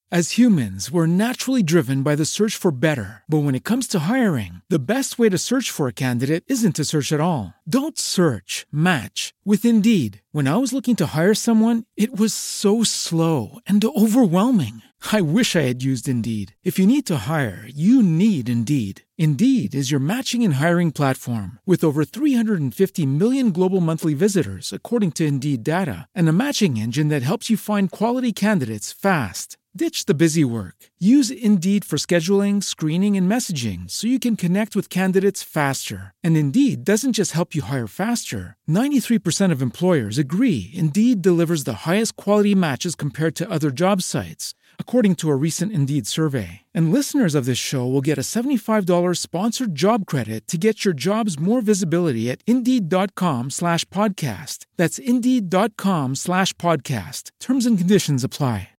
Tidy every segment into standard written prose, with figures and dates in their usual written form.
As humans, we're naturally driven by the search for better. But when it comes to hiring, the best way to search for a candidate isn't to search at all. Don't search, match with Indeed. When I was looking to hire someone, it was so slow and overwhelming. I wish I had used Indeed. If you need to hire, you need Indeed. Indeed is your matching and hiring platform with over 350 million global monthly visitors, according to Indeed data, and a matching engine that helps you find quality candidates fast. Ditch the busy work. Use Indeed for scheduling, screening, and messaging so you can connect with candidates faster. And Indeed doesn't just help you hire faster. 93% of employers agree Indeed delivers the highest quality matches compared to other job sites, according to a recent Indeed survey. And listeners of this show will get a $75 sponsored job credit to get your jobs more visibility at Indeed.com/podcast. That's Indeed.com/podcast. Terms and conditions apply.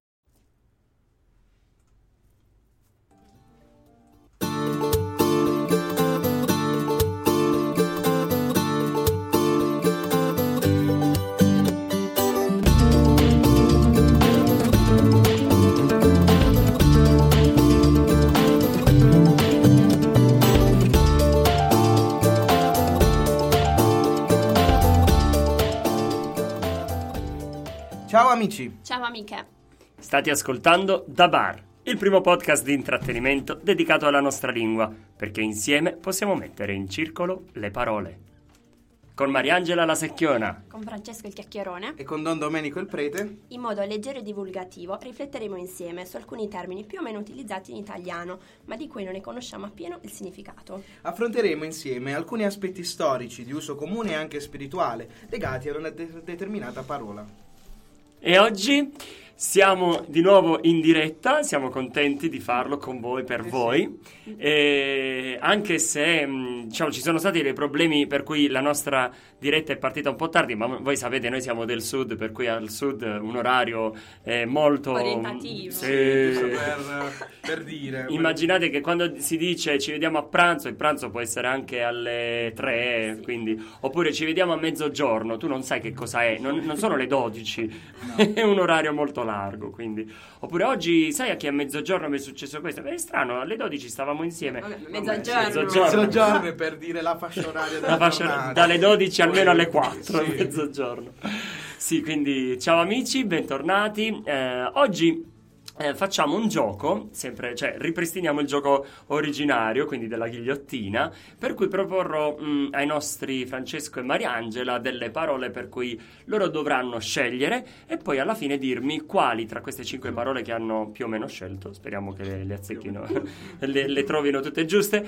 Ciao amici. Ciao amiche. State ascoltando Da Bar, il primo podcast di intrattenimento dedicato alla nostra lingua, perché insieme possiamo mettere in circolo le parole. Con Mariangela la Secchiona, Con Francesco il Chiacchierone E con Don Domenico il Prete. in modo leggero e divulgativo rifletteremo insieme su alcuni termini più o meno utilizzati in italiano, ma di cui non ne conosciamo appieno il significato. Affronteremo insieme alcuni aspetti storici di uso comune e anche spirituale legati ad una determinata parola. e oggi siamo di nuovo in diretta, siamo contenti di farlo con voi, per voi, e anche se diciamo, ci sono stati dei problemi per cui la nostra diretta è partita un po' tardi, ma voi sapete noi siamo del sud, per cui al sud un orario molto orientativo. Sì. Per dire. Immaginate che quando si dice ci vediamo a pranzo, il pranzo può essere anche alle 3, Sì. quindi, oppure ci vediamo a mezzogiorno, tu non sai che cosa è, non sono le 12, è un orario molto largo, quindi. Oppure oggi, sai a che a mezzogiorno mi è successo questo? È strano, alle 12 stavamo insieme. Mezzogiorno è per dire la fascia oraria della giornata. Dalle 12 almeno alle 4, Sì. mezzogiorno. Sì, quindi ciao amici, bentornati. Oggi facciamo un gioco, sempre, cioè ripristiniamo il gioco originario, quindi della ghigliottina, per cui proporrò ai nostri Francesco e Mariangela delle parole per cui loro dovranno scegliere e poi alla fine dirmi quali tra queste 5 parole che hanno più o meno scelto, speriamo che le azzecchino, le trovino tutte giuste,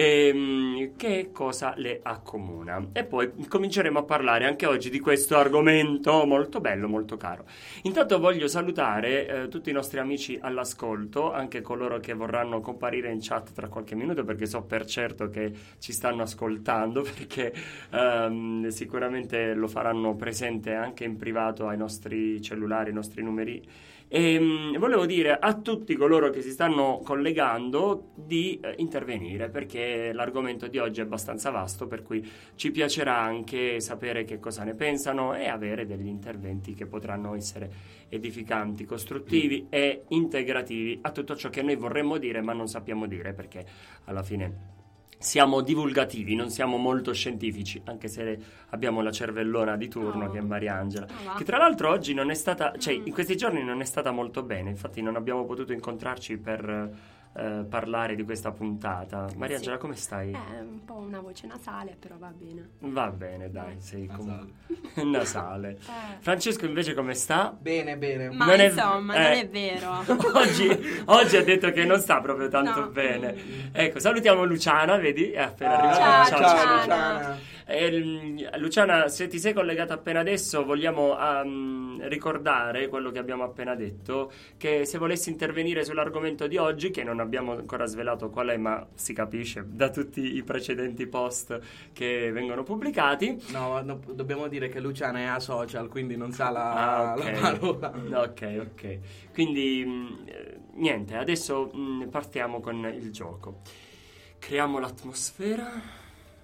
che cosa le accomuna. E poi cominceremo a parlare anche oggi di questo argomento molto bello, molto caro. Intanto voglio salutare tutti i nostri amici all'ascolto, anche coloro che vorranno comparire in chat tra qualche minuto, perché so per certo che ci stanno ascoltando, perché sicuramente lo faranno presente anche in privato ai nostri cellulari, ai nostri numeri. E volevo dire a tutti coloro che si stanno collegando di intervenire, perché l'argomento di oggi è abbastanza vasto, per cui ci piacerà anche sapere che cosa ne pensano e avere degli interventi che potranno essere edificanti, costruttivi e integrativi a tutto ciò che noi vorremmo dire ma non sappiamo dire, perché alla fine siamo divulgativi, non siamo molto scientifici, anche se abbiamo la cervellona di turno che è Mariangela, che tra l'altro oggi non è stata, cioè in questi giorni non è stata molto bene, infatti non abbiamo potuto incontrarci per parlare di questa puntata. Mariangela, come stai? Un po' una voce nasale, però va bene. Va bene, dai, sei Nasale. comunque nasale. Francesco invece come sta? Bene. Ma Non è- insomma, non è vero. oggi ha detto che non sta proprio tanto No. bene. Ecco, salutiamo Luciana, vedi? È appena Ciao, arrivata. ciao. Luciana. Luciana, se ti sei collegata appena adesso, vogliamo ricordare quello che abbiamo appena detto, che se volessi intervenire sull'argomento di oggi, che non abbiamo ancora svelato qual è, ma si capisce da tutti i precedenti post che vengono pubblicati. No, dobbiamo dire che Luciana è asocial, quindi non sa la ok. parola. Ok. Quindi niente, adesso partiamo con il gioco. Creiamo l'atmosfera.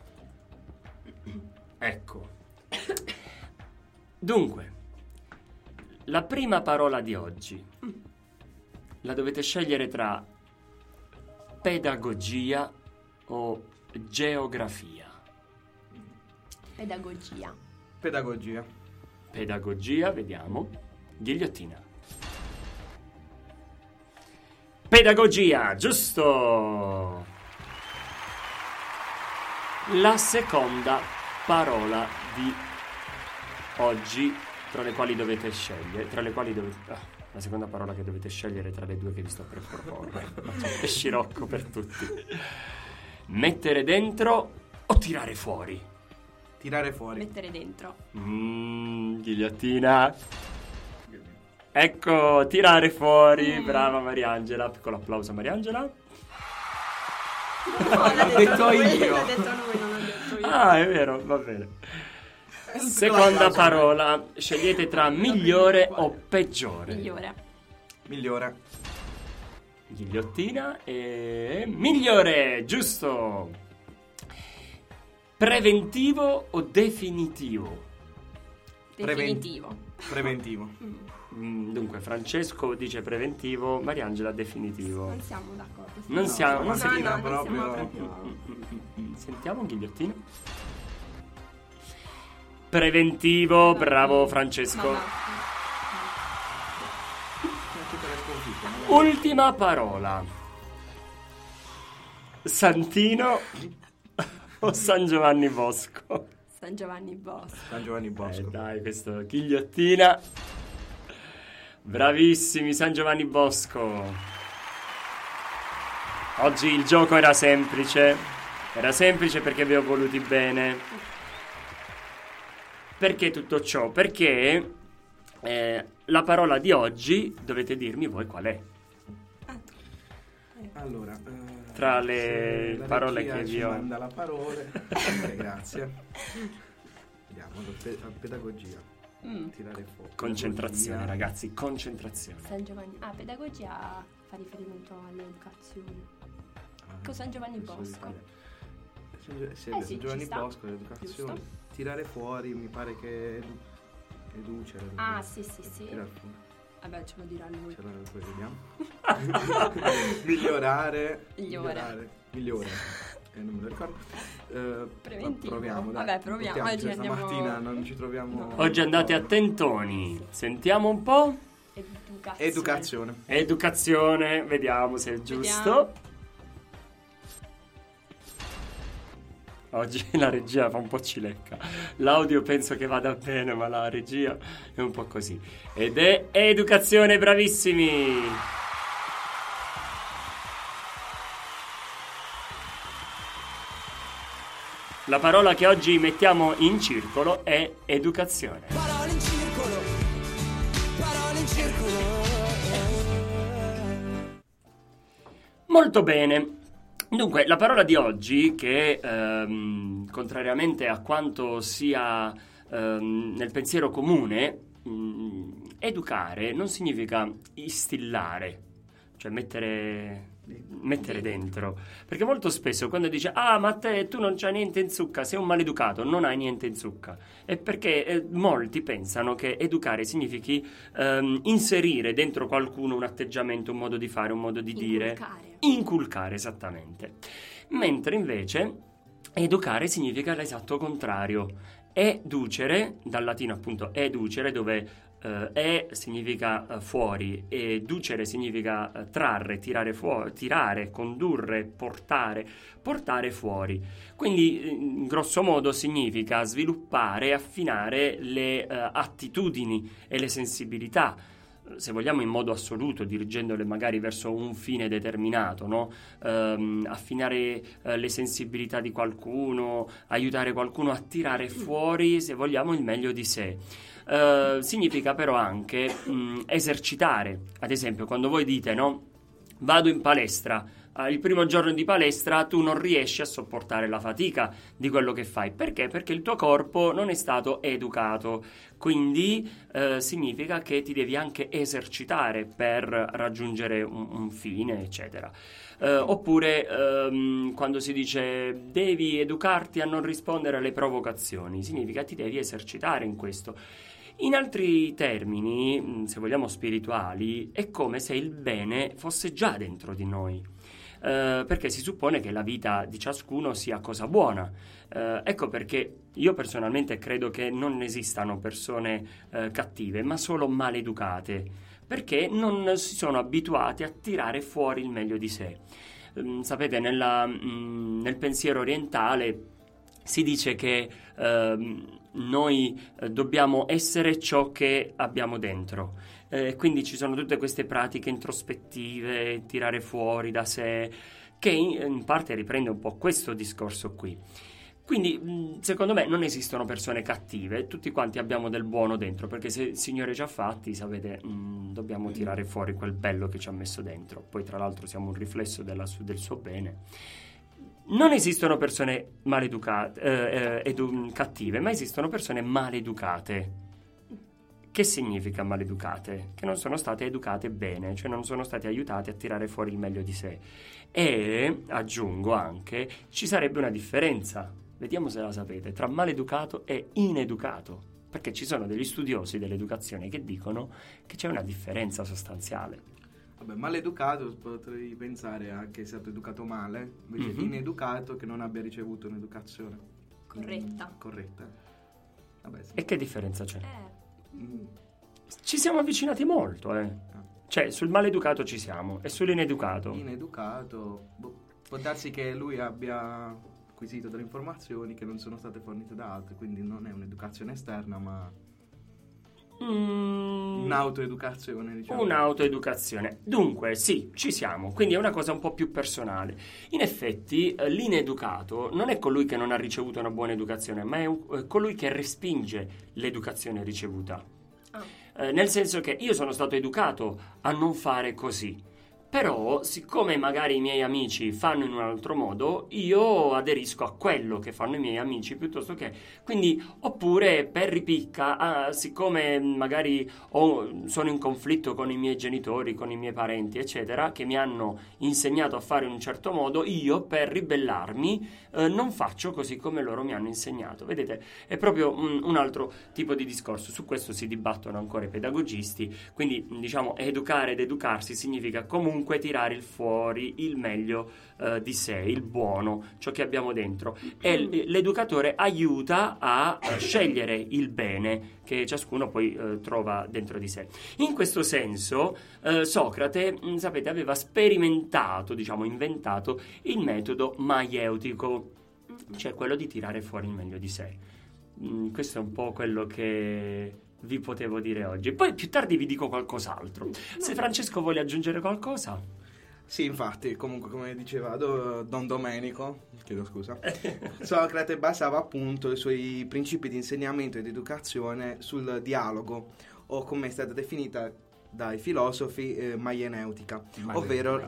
Ecco. Dunque, la prima parola di oggi. la dovete scegliere tra pedagogia o geografia. Pedagogia. Pedagogia. Pedagogia, vediamo. Ghigliottina. Pedagogia, giusto! La seconda parola di oggi, tra le quali dovete scegliere, la seconda parola che dovete scegliere tra le due che vi sto per proporre. È scirocco per tutti. Mettere dentro o tirare fuori? Tirare fuori. Mettere dentro. Ghigliottina. Ecco, tirare fuori. Brava Mariangela. Piccolo applauso a Mariangela. L'ho detto io. L'ha detto lui, non l'ho detto io. Ah, è vero, va bene. Seconda parola. Scegliete tra migliore o peggiore. Migliore. Ghigliottina e migliore, giusto. Preventivo o definitivo? Definitivo. Preventivo. Dunque Francesco dice preventivo, Mariangela definitivo. Non siamo d'accordo. Non siamo, ma non sì, siamo- no, proprio- non siamo proprio. Sentiamo Ghigliottina. Preventivo, bravo Francesco. Ma Ultima parola. Santino o San Giovanni Bosco? San Giovanni Bosco. San Giovanni Bosco. Dai, questo Ghigliottina. Bravissimi, San Giovanni Bosco. Oggi il gioco era semplice. Era semplice perché vi ho voluti bene. Perché tutto ciò? Perché la parola di oggi dovete dirmi voi qual è. Allora, Tra se le la parole regia che ci vi ho. manda la parola. Grazie. Vediamo, pedagogia. Tirare fuori. Concentrazione, Pedagogia. ragazzi, concentrazione. San Giovanni. pedagogia fa riferimento all'educazione. Con San Giovanni Bosco. San sì, Giovanni ci sta. Bosco, l'educazione. Giusto. Tirare fuori mi pare che educere. Sì. Tirare fuori. Vabbè, ce lo dirà lui. Ce l'ho, poi vediamo. Migliorare. Migliore. Non me lo ricordo. Preventivo. Proviamo, dai. Vabbè, proviamo. Buttiamoci, Oggi andiamo- stamattina non ci troviamo. No. Oggi andate attentoni. Sentiamo un po'. Educazione. Educazione, vediamo se è giusto. Oggi la regia fa un po' cilecca. L'audio penso che vada bene, ma la regia è un po' così. Ed è educazione, bravissimi! La parola che oggi mettiamo in circolo è educazione. Parole in circolo, parole in circolo. Molto bene. Dunque, la parola di oggi, che contrariamente a quanto sia nel pensiero comune, educare non significa instillare, cioè mettere dentro. Perché molto spesso quando dice ma te tu non c'hai niente in zucca, sei un maleducato, non hai niente in zucca, è perché molti pensano che educare significhi inserire dentro qualcuno un atteggiamento, un modo di fare, un modo di dire, inculcare, esattamente. Mentre invece educare significa l'esatto contrario. Educere, dal latino appunto educere, dove significa fuori e ducere significa trarre, tirare fuori, tirare, condurre, portare fuori. Quindi in grosso modo significa sviluppare e affinare le attitudini e le sensibilità, se vogliamo in modo assoluto, dirigendole magari verso un fine determinato, no? Affinare le sensibilità di qualcuno, aiutare qualcuno a tirare fuori, se vogliamo, il meglio di sé. Significa però anche esercitare. Ad esempio, quando voi dite, no? Vado in palestra, il primo giorno di palestra tu non riesci a sopportare la fatica di quello che fai. Perché? Perché il tuo corpo non è stato educato. Quindi significa che ti devi anche esercitare per raggiungere un fine, eccetera. Oppure quando si dice devi educarti a non rispondere alle provocazioni, significa ti devi esercitare in questo. In altri termini, se vogliamo spirituali, è come se il bene fosse già dentro di noi. Perché si suppone che la vita di ciascuno sia cosa buona. Ecco perché io personalmente credo che non esistano persone cattive, ma solo maleducate, perché non si sono abituati a tirare fuori il meglio di sé. Sapete, nel pensiero orientale si dice che noi dobbiamo essere ciò che abbiamo dentro. Quindi ci sono tutte queste pratiche introspettive, tirare fuori da sé, che in parte riprende un po' questo discorso qui. Quindi secondo me non esistono persone cattive, tutti quanti abbiamo del buono dentro, perché se il Signore ci ha fatti, sapete, dobbiamo tirare fuori quel bello che ci ha messo dentro. Poi tra l'altro siamo un riflesso del suo bene. Non esistono persone maleducate, cattive, ma esistono persone maleducate. Che significa maleducate? Che non sono state educate bene, cioè non sono state aiutate a tirare fuori il meglio di sé. E, aggiungo anche, ci sarebbe una differenza, vediamo se la sapete, tra maleducato e ineducato, perché ci sono degli studiosi dell'educazione che dicono che c'è una differenza sostanziale. Vabbè, maleducato potrei pensare a che è stato educato male, invece ineducato che non abbia ricevuto un'educazione corretta. Vabbè, sì. E che differenza c'è? Ci siamo avvicinati molto, Cioè, sul maleducato ci siamo, e sull'ineducato? Ineducato, può darsi che lui abbia acquisito delle informazioni che non sono state fornite da altri, quindi non è un'educazione esterna, ma un'autoeducazione, diciamo. Un'autoeducazione. Dunque, sì, ci siamo. Quindi è una cosa un po' più personale. In effetti, l'ineducato non è colui che non ha ricevuto una buona educazione, ma è colui che respinge l'educazione ricevuta. Nel senso che io sono stato educato a non fare così. Però, siccome magari i miei amici fanno in un altro modo, io aderisco a quello che fanno i miei amici piuttosto che... Quindi, oppure per ripicca, siccome magari sono in conflitto con i miei genitori, con i miei parenti, eccetera, che mi hanno insegnato a fare in un certo modo, io per ribellarmi non faccio così come loro mi hanno insegnato. Vedete, è proprio un altro tipo di discorso. Su questo si dibattono ancora i pedagogisti. Quindi, diciamo, educare ed educarsi significa comunque tirare fuori il meglio di sé, il buono, ciò che abbiamo dentro, e l'educatore aiuta a scegliere il bene che ciascuno poi trova dentro di sé. In questo senso Socrate, sapete, aveva sperimentato, diciamo inventato il metodo maieutico, cioè quello di tirare fuori il meglio di sé. Questo è un po' quello che vi potevo dire oggi. Poi più tardi vi dico qualcos'altro. Se Francesco vuole aggiungere qualcosa. Sì, infatti, comunque come diceva Don Domenico, chiedo scusa, Socrate basava appunto i suoi principi di insegnamento ed educazione sul dialogo, o come è stata definita dai filosofi maieneutica, ovvero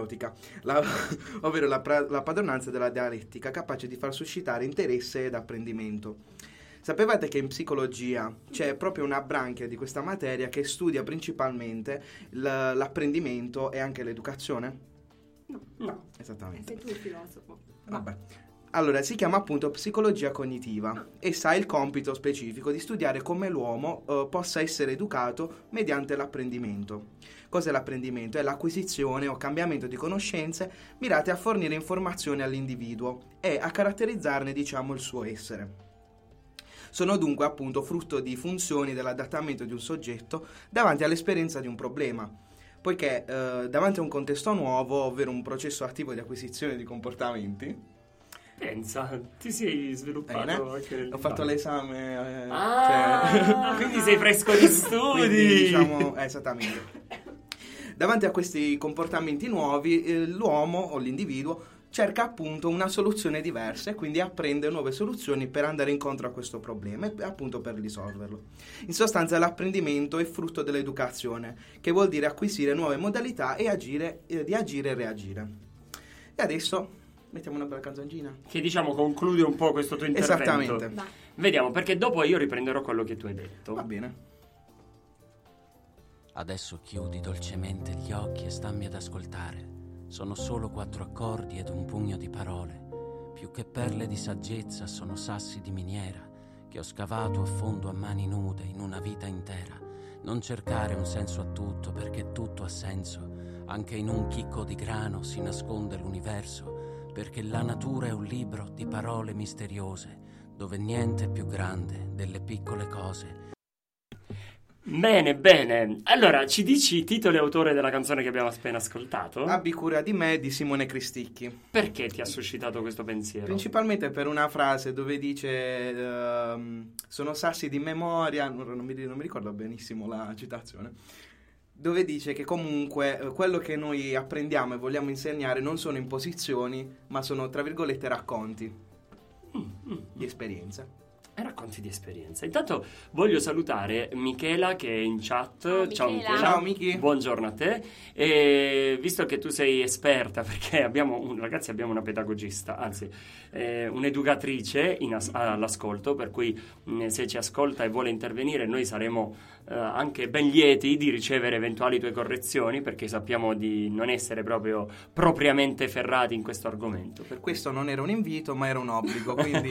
la padronanza della dialettica, capace di far suscitare interesse ed apprendimento. Sapevate che in psicologia c'è proprio una branchia di questa materia che studia principalmente l'apprendimento e anche l'educazione? No. Esattamente. Sei tu il filosofo. Vabbè. Allora, si chiama appunto psicologia cognitiva. Essa ha il compito specifico di studiare come l'uomo possa essere educato mediante l'apprendimento. Cos'è l'apprendimento? È l'acquisizione o cambiamento di conoscenze mirate a fornire informazioni all'individuo e a caratterizzarne, diciamo, il suo essere. Sono dunque appunto frutto di funzioni dell'adattamento di un soggetto davanti all'esperienza di un problema, poiché davanti a un contesto nuovo, ovvero un processo attivo di acquisizione di comportamenti. Pensa, ti sei sviluppato anche nel... Ho fatto l'esame. Quindi sei fresco di studi. Quindi, diciamo, esattamente. Davanti a questi comportamenti nuovi, l'uomo o l'individuo cerca appunto una soluzione diversa e quindi apprende nuove soluzioni per andare incontro a questo problema e appunto per risolverlo. In sostanza l'apprendimento è frutto dell'educazione, che vuol dire acquisire nuove modalità e di agire e reagire. E adesso mettiamo una bella canzoncina. Che diciamo conclude un po' questo tuo intervento. Esattamente. Vediamo, perché dopo io riprenderò quello che tu hai detto. Va bene. Adesso chiudi dolcemente gli occhi e stammi ad ascoltare. Sono solo 4 accordi ed un pugno di parole. Più che perle di saggezza sono sassi di miniera che ho scavato a fondo a mani nude in una vita intera. Non cercare un senso a tutto, perché tutto ha senso. Anche in un chicco di grano si nasconde l'universo, perché la natura è un libro di parole misteriose, dove niente è più grande delle piccole cose. Bene, bene. Allora, ci dici titolo e autore della canzone che abbiamo appena ascoltato? Abbi cura di me di Simone Cristicchi. Perché ti ha suscitato questo pensiero? Principalmente per una frase dove dice sono sassi di memoria, non mi ricordo benissimo la citazione, dove dice che comunque quello che noi apprendiamo e vogliamo insegnare non sono imposizioni, ma sono, tra virgolette, racconti di esperienza. Racconti di esperienza. Intanto voglio salutare Michela che è in chat. Ciao, Michela. Ciao, Michi. Buongiorno a te. E visto che tu sei esperta, perché abbiamo una pedagogista, anzi un'educatrice all'ascolto, per cui se ci ascolta e vuole intervenire noi saremo anche ben lieti di ricevere eventuali tue correzioni, perché sappiamo di non essere proprio propriamente ferrati in questo argomento. Per questo non era un invito, ma era un obbligo, quindi...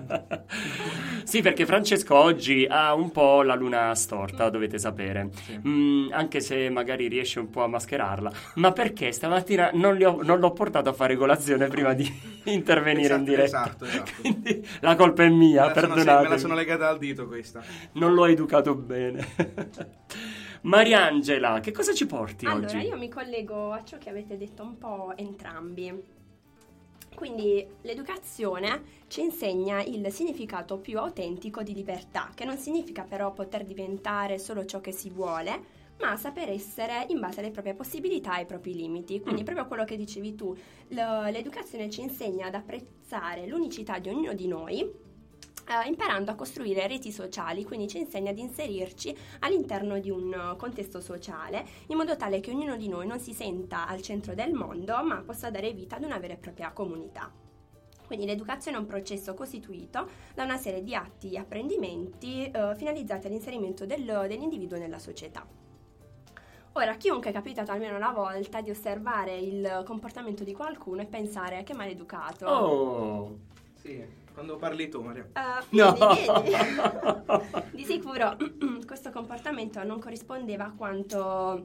Sì, perché Francesco oggi ha un po' la luna storta, dovete sapere. Sì. Anche se magari riesce un po' a mascherarla. Ma perché stamattina non l'ho portato a fare colazione prima di intervenire in diretta. Esatto. Quindi la colpa è mia, perdonate. Me la sono legata al dito questa. Non l'ho educato bene. Mariangela, che cosa ci porti oggi? Allora, io mi collego a ciò che avete detto un po' entrambi. Quindi l'educazione ci insegna il significato più autentico di libertà, che non significa però poter diventare solo ciò che si vuole, ma saper essere in base alle proprie possibilità e ai propri limiti. Quindi proprio quello che dicevi tu, l'educazione ci insegna ad apprezzare l'unicità di ognuno di noi, imparando a costruire reti sociali, quindi ci insegna ad inserirci all'interno di un contesto sociale, in modo tale che ognuno di noi non si senta al centro del mondo, ma possa dare vita ad una vera e propria comunità. Quindi l'educazione è un processo costituito da una serie di atti e apprendimenti finalizzati all'inserimento dell'individuo nella società. Ora, chiunque è capitato almeno una volta di osservare il comportamento di qualcuno e pensare che maleducato. Oh! Sì. Quando parli tu, Maria. Vedi. Di sicuro questo comportamento non corrispondeva a quanto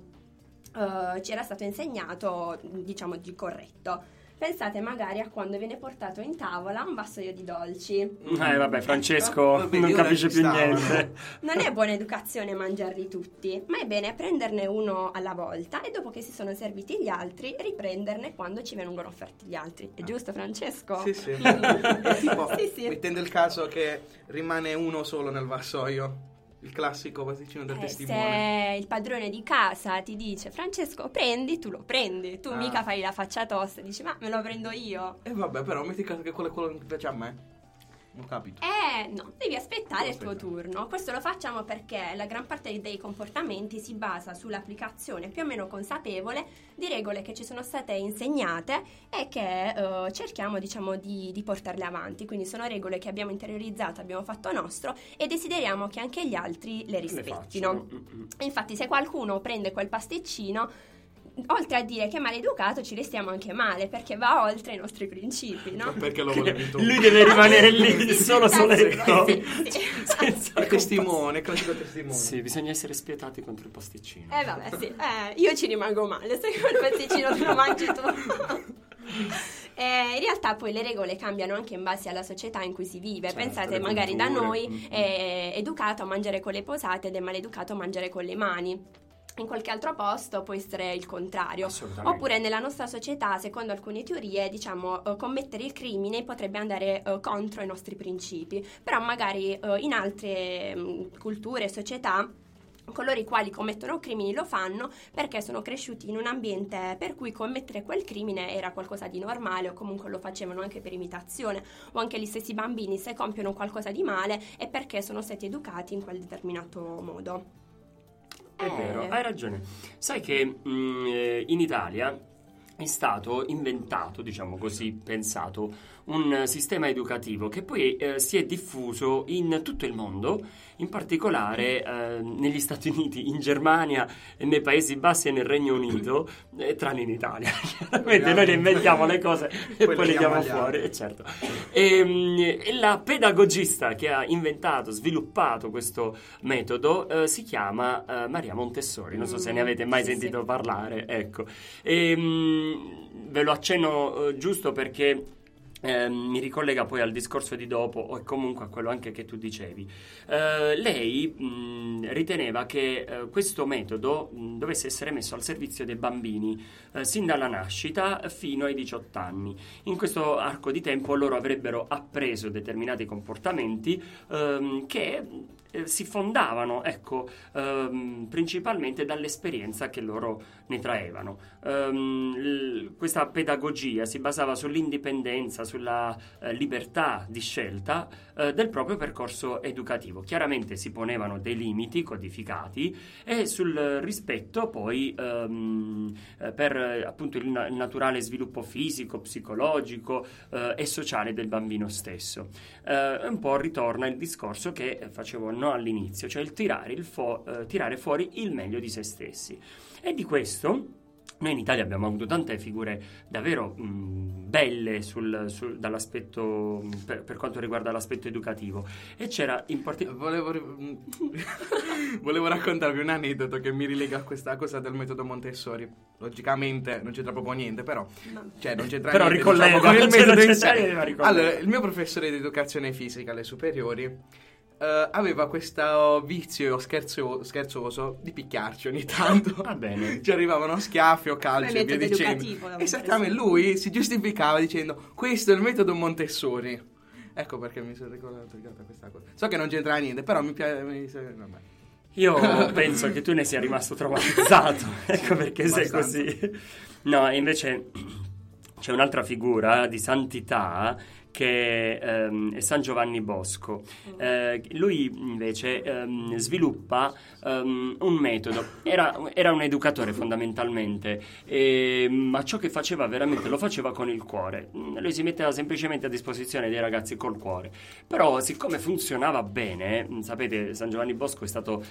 ci era stato insegnato, diciamo, di corretto. Pensate magari a quando viene portato in tavola un vassoio di dolci. Vabbè, Francesco non capisce più niente. Non è buona educazione mangiarli tutti, ma è bene prenderne uno alla volta e dopo che si sono serviti gli altri riprenderne quando ci vengono offerti gli altri. È giusto, Francesco? Sì. Tipo, sì. mettendo il caso che rimane uno solo nel vassoio. Il classico pasticcino del testimone. Se il padrone di casa ti dice Francesco prendi, tu lo prendi. Tu mica fai la faccia tosta e dici ma me lo prendo io. E vabbè, però metti caso che quello che piace a me. Non capito. No, devi aspettare il tuo turno. Questo lo facciamo perché la gran parte dei comportamenti si basa sull'applicazione più o meno consapevole di regole che ci sono state insegnate e che cerchiamo, diciamo, di portarle avanti. Quindi sono regole che abbiamo interiorizzato, abbiamo fatto nostro e desideriamo che anche gli altri le rispettino. Infatti, se qualcuno prende quel pasticcino, oltre a dire che è maleducato, ci restiamo anche male perché va oltre i nostri principi, no? Perché lo volevi tu? Lui deve rimanere lì solo soletto. Sì. Il testimone, classico testimone. Sì, bisogna essere spietati contro il pasticcino. Vabbè, sì. Io ci rimango male se quel pasticcino te lo mangi tu. In realtà poi le regole cambiano anche in base alla società in cui si vive. Certo, pensate magari da noi è educato a mangiare con le posate ed è maleducato a mangiare con le mani. In qualche altro posto può essere il contrario. Oppure nella nostra società, secondo alcune teorie, diciamo, commettere il crimine potrebbe andare contro i nostri principi. Però magari in altre culture e società coloro i quali commettono crimini lo fanno perché sono cresciuti in un ambiente per cui commettere quel crimine era qualcosa di normale, o comunque lo facevano anche per imitazione. O anche gli stessi bambini, se compiono qualcosa di male, è perché sono stati educati in quel determinato modo. È vero, hai ragione. Sai che in Italia è stato inventato, diciamo così, pensato, un sistema educativo che poi si è diffuso in tutto il mondo, in particolare negli Stati Uniti, in Germania, e nei Paesi Bassi e nel Regno Unito, tranne in Italia. Chiaramente noi ne inventiamo le cose e poi le diamo fuori, certo. E la pedagogista che ha inventato, sviluppato questo metodo si chiama Maria Montessori, non so se ne avete mai sentito parlare, ecco. Ve lo accenno giusto perché mi ricollega poi al discorso di dopo o comunque a quello anche che tu dicevi. Lei riteneva che questo metodo dovesse essere messo al servizio dei bambini sin dalla nascita fino ai 18 anni. In questo arco di tempo loro avrebbero appreso determinati comportamenti che si fondavano, ecco, principalmente dall'esperienza che loro ne traevano. Questa pedagogia si basava sull'indipendenza, sulla libertà di scelta del proprio percorso educativo. Chiaramente si ponevano dei limiti codificati e sul rispetto poi per appunto il naturale sviluppo fisico, psicologico e sociale del bambino stesso. Un po' ritorna il discorso che facevo all'inizio, cioè il tirare fuori il meglio di se stessi. E di questo noi in Italia abbiamo avuto tante figure davvero belle dall'aspetto per quanto riguarda l'aspetto educativo, e c'era in particolare volevo raccontarvi un aneddoto che mi rilega a questa cosa del metodo Montessori. Logicamente non c'entra proprio niente, però cioè non c'entra però niente, ricollega, diciamo, con il metodo in sé. Ricollega. Allora, il mio professore di educazione fisica alle superiori aveva questo vizio scherzoso di picchiarci ogni tanto. Va bene. Ci arrivavano schiaffi o calci e via dicendo. Esattamente, lui si giustificava dicendo: questo è il metodo Montessori. Ecco perché mi sono ricordato questa cosa. So che non c'entra niente, però mi piace. Vabbè. Io penso che tu ne sia rimasto traumatizzato, ecco perché sei così. No, invece c'è un'altra figura di santità che è San Giovanni Bosco. Lui invece sviluppa un metodo, era un educatore fondamentalmente, ma ciò che faceva veramente lo faceva con il cuore. Lui si metteva semplicemente a disposizione dei ragazzi col cuore, però siccome funzionava bene, sapete, San Giovanni Bosco è stato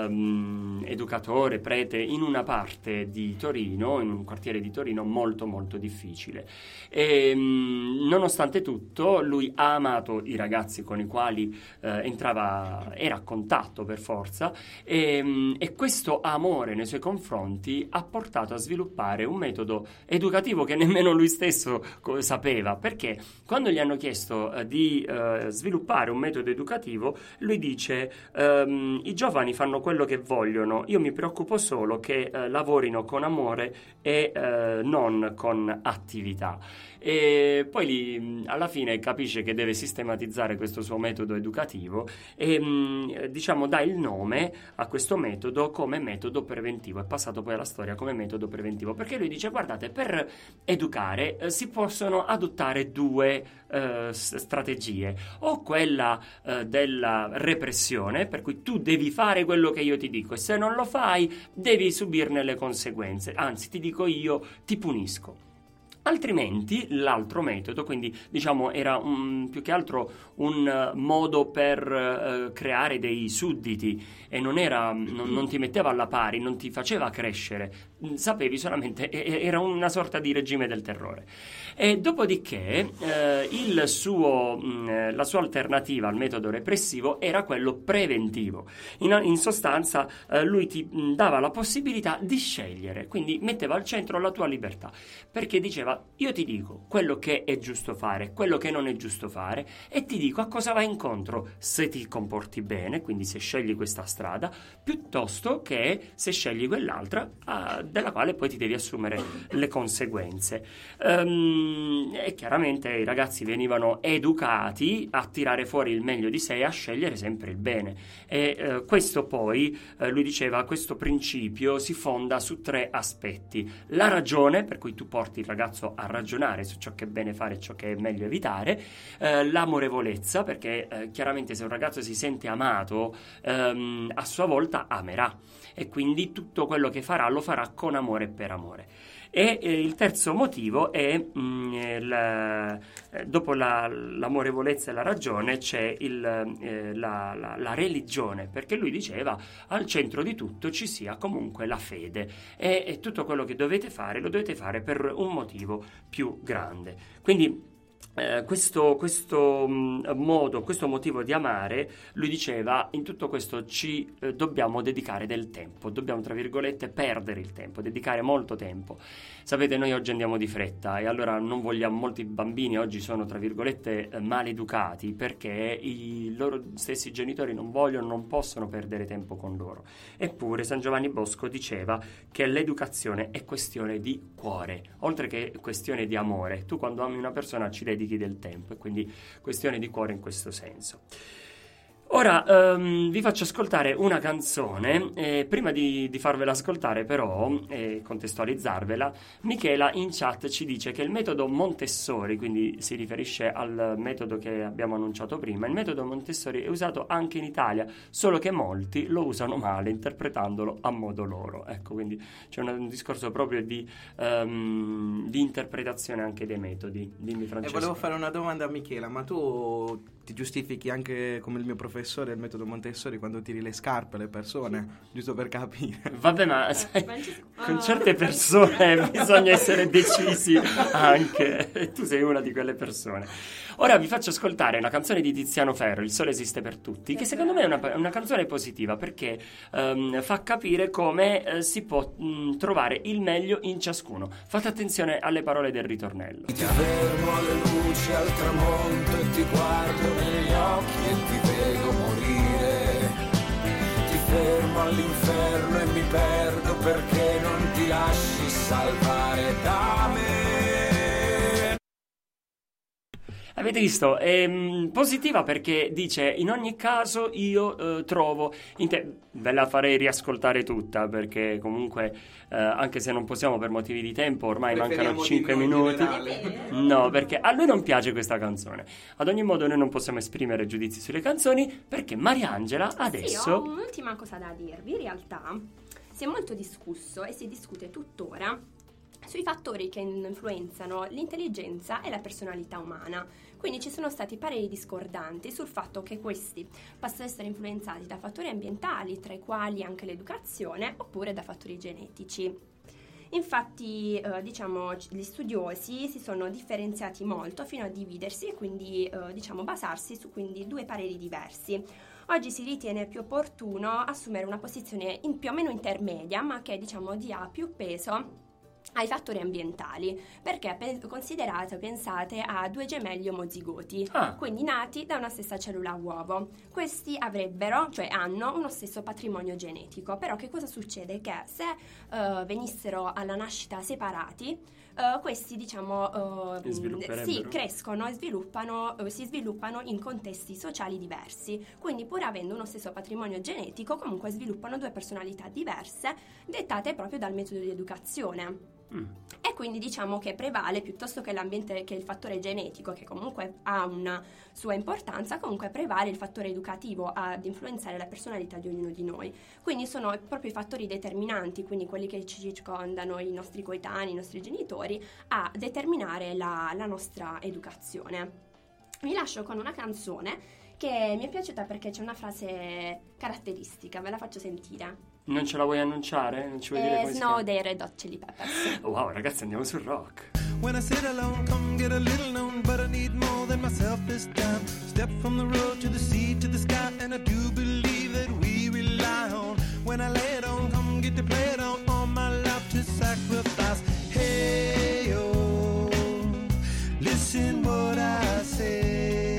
educatore, prete in una parte di Torino, in un quartiere di Torino molto molto difficile, e nonostante tutto lui ha amato i ragazzi con i quali era a contatto per forza, e questo amore nei suoi confronti ha portato a sviluppare un metodo educativo che nemmeno lui stesso sapeva, perché quando gli hanno chiesto di sviluppare un metodo educativo, lui dice: i giovani fanno quello che vogliono, io mi preoccupo solo che lavorino con amore e non con attività. E poi alla fine capisce che deve sistematizzare questo suo metodo educativo e diciamo dà il nome a questo metodo come metodo preventivo. È passato poi alla storia come metodo preventivo, perché lui dice: guardate, per educare si possono adottare due strategie, o quella della repressione, per cui tu devi fare quello che io ti dico e se non lo fai devi subirne le conseguenze, anzi ti dico io, ti punisco. Altrimenti l'altro metodo, quindi diciamo era più che altro un modo per creare dei sudditi, e non ti metteva alla pari, non ti faceva crescere, sapevi solamente, era una sorta di regime del terrore. E dopodiché la sua alternativa al metodo repressivo era quello preventivo. In sostanza lui ti dava la possibilità di scegliere, quindi metteva al centro la tua libertà, perché diceva: io ti dico quello che è giusto fare, quello che non è giusto fare, e ti dico a cosa vai incontro se ti comporti bene, quindi se scegli questa strada, piuttosto che se scegli quell'altra della quale poi ti devi assumere le conseguenze. E chiaramente i ragazzi venivano educati a tirare fuori il meglio di sé e a scegliere sempre il bene, e questo poi lui diceva, questo principio si fonda su 3 aspetti: la ragione, per cui tu porti il ragazzo a ragionare su ciò che è bene fare e ciò che è meglio evitare, l'amorevolezza, perché chiaramente se un ragazzo si sente amato a sua volta amerà, e quindi tutto quello che farà lo farà con amore e per amore. E il terzo motivo è dopo l'amorevolezza e la ragione c'è la religione, perché lui diceva al centro di tutto ci sia comunque la fede e tutto quello che dovete fare lo dovete fare per un motivo più grande. Quindi questo motivo di amare, lui diceva, in tutto questo ci dobbiamo dedicare del tempo, dobbiamo tra virgolette perdere il tempo, dedicare molto tempo. Sapete, noi oggi andiamo di fretta e allora non vogliamo, molti bambini oggi sono tra virgolette maleducati perché i loro stessi genitori non vogliono, non possono perdere tempo con loro. Eppure San Giovanni Bosco diceva che l'educazione è questione di cuore, oltre che questione di amore. Tu quando ami una persona ci dedichi del tempo e quindi questione di cuore in questo senso. Ora vi faccio ascoltare una canzone, prima di farvela ascoltare però e contestualizzarvela, Michela in chat ci dice che il metodo Montessori, quindi si riferisce al metodo che abbiamo annunciato prima, il metodo Montessori è usato anche in Italia, solo che molti lo usano male interpretandolo a modo loro. Ecco, quindi c'è un discorso proprio di interpretazione anche dei metodi. Dimmi Francesco. E volevo fare una domanda a Michela, ma tu ti giustifichi anche come il mio professore il metodo Montessori quando tiri le scarpe alle persone, giusto per capire? Vabbè, ma sai, con certe persone bisogna essere decisi anche, e tu sei una di quelle persone. Ora vi faccio ascoltare una canzone di Tiziano Ferro, Il sole esiste per tutti, che secondo me è una canzone positiva perché fa capire come si può trovare il meglio in ciascuno. Fate attenzione alle parole del ritornello. Ti fermo alle luci al tramonto e ti guardo negli occhi e ti vedo morire. Ti fermo all'inferno e mi perdo perché non ti lasci salvare da me. Avete visto? È positiva perché dice in ogni caso io trovo in te. Ve la farei riascoltare tutta perché comunque anche se non possiamo per motivi di tempo, ormai mancano 5 minuti. No, perché a lui non piace questa canzone. Ad ogni modo noi non possiamo esprimere giudizi sulle canzoni perché Mariangela adesso... Sì, ho un'ultima cosa da dirvi. In realtà si è molto discusso e si discute tuttora sui fattori che influenzano l'intelligenza e la personalità umana. Quindi ci sono stati pareri discordanti sul fatto che questi possono essere influenzati da fattori ambientali, tra i quali anche l'educazione, oppure da fattori genetici. Infatti, gli studiosi si sono differenziati molto fino a dividersi e quindi, basarsi su quindi due pareri diversi. Oggi si ritiene più opportuno assumere una posizione più o meno intermedia, ma che dia più peso ai fattori ambientali, perché pensate a due gemelli omozigoti, quindi nati da una stessa cellula uovo. Questi hanno uno stesso patrimonio genetico, però che cosa succede? Che se venissero alla nascita separati, questi crescono e si sviluppano in contesti sociali diversi, quindi pur avendo uno stesso patrimonio genetico comunque sviluppano due personalità diverse dettate proprio dal metodo di educazione. E quindi che prevale piuttosto che l'ambiente, che il fattore genetico, che comunque ha una sua importanza, comunque prevale il fattore educativo ad influenzare la personalità di ognuno di noi. Quindi sono proprio i fattori determinanti, quindi quelli che ci circondano, i nostri coetanei, i nostri genitori, a determinare la nostra educazione. Vi lascio con una canzone che mi è piaciuta perché c'è una frase caratteristica, ve la faccio sentire. Non ce la vuoi annunciare? Non ci vuoi dire come Snow dei Red Hot Chili Peppers. Wow, ragazzi, andiamo sul rock. When I sit alone, come get a little known, but I need more than myself this time. Step from the road to the sea to the sky, and I do believe that we rely on. When I lay it on, come get to play it on, all my life to sacrifice. Hey, oh, listen what I say.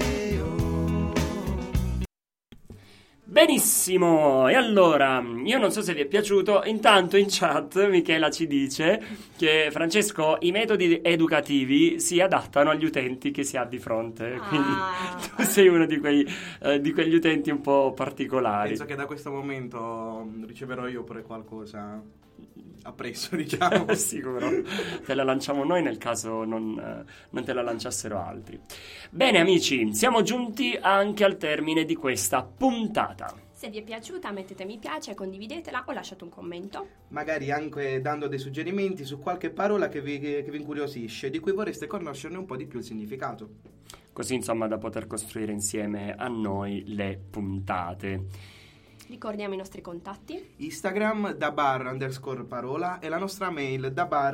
Benissimo, e allora, io non so se vi è piaciuto, intanto in chat Michela ci dice che Francesco, i metodi educativi si adattano agli utenti che si ha di fronte, quindi tu sei uno di quegli utenti un po' particolari. Penso che da questo momento riceverò io pure qualcosa appresso, diciamo. Sicuro, te la lanciamo noi nel caso non te la lanciassero altri. Bene amici, siamo giunti anche al termine di questa puntata. Se vi è piaciuta mettete mi piace, condividetela o lasciate un commento. Magari anche dando dei suggerimenti su qualche parola che vi incuriosisce, di cui vorreste conoscerne un po' di più il significato. Così insomma da poter costruire insieme a noi le puntate. Ricordiamo i nostri contatti. Instagram dabar_parola e la nostra mail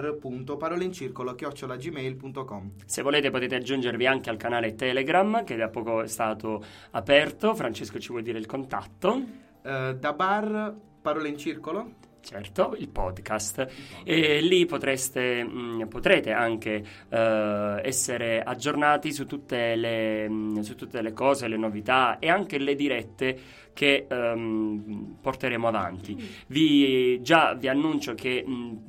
dabar.parolaincircolo@gmail.com. Se volete potete aggiungervi anche al canale Telegram che da poco è stato aperto. Francesco, ci vuoi dire il contatto? Dabar Parole in Circolo? Certo, il podcast. E lì potrete anche essere aggiornati su tutte le cose, le novità e anche le dirette che porteremo avanti. Vi annuncio che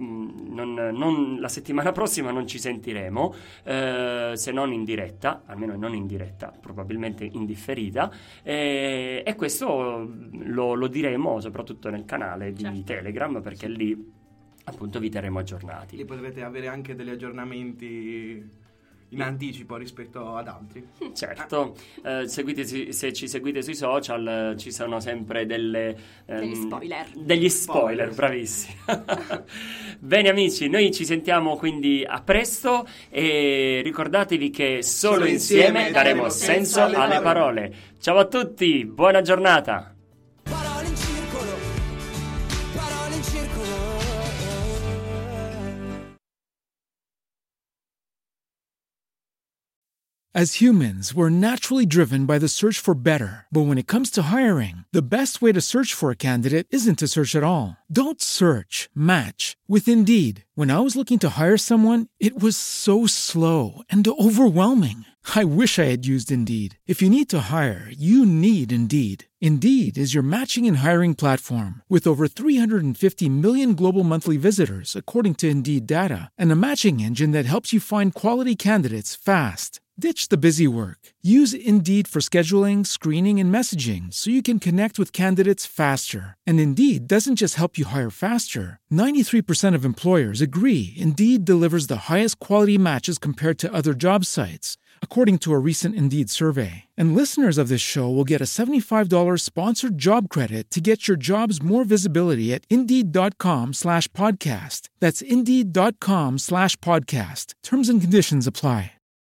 la settimana prossima non ci sentiremo, se non in diretta, almeno non in diretta, probabilmente in differita, e questo lo diremo soprattutto nel canale di Telegram, perché lì appunto vi terremo aggiornati. Lì potrete avere anche degli aggiornamenti in anticipo rispetto ad altri. Certo, se ci seguite sui social ci sono sempre degli spoiler, bravissimi. Bene amici, noi ci sentiamo quindi a presto e ricordatevi che solo insieme daremo senso alle parole. Ciao a tutti, buona giornata. Parole in circolo, parole in circolo. As humans, we're naturally driven by the search for better. But when it comes to hiring, the best way to search for a candidate isn't to search at all. Don't search, match with Indeed. When I was looking to hire someone, it was so slow and overwhelming. I wish I had used Indeed. If you need to hire, you need Indeed. Indeed is your matching and hiring platform with over 350 million global monthly visitors, according to Indeed data, and a matching engine that helps you find quality candidates fast. Ditch the busy work. Use Indeed for scheduling, screening, and messaging so you can connect with candidates faster. And Indeed doesn't just help you hire faster. 93% of employers agree Indeed delivers the highest quality matches compared to other job sites, according to a recent Indeed survey. And listeners of this show will get a $75 sponsored job credit to get your jobs more visibility at Indeed.com/podcast. That's Indeed.com/podcast. Terms and conditions apply.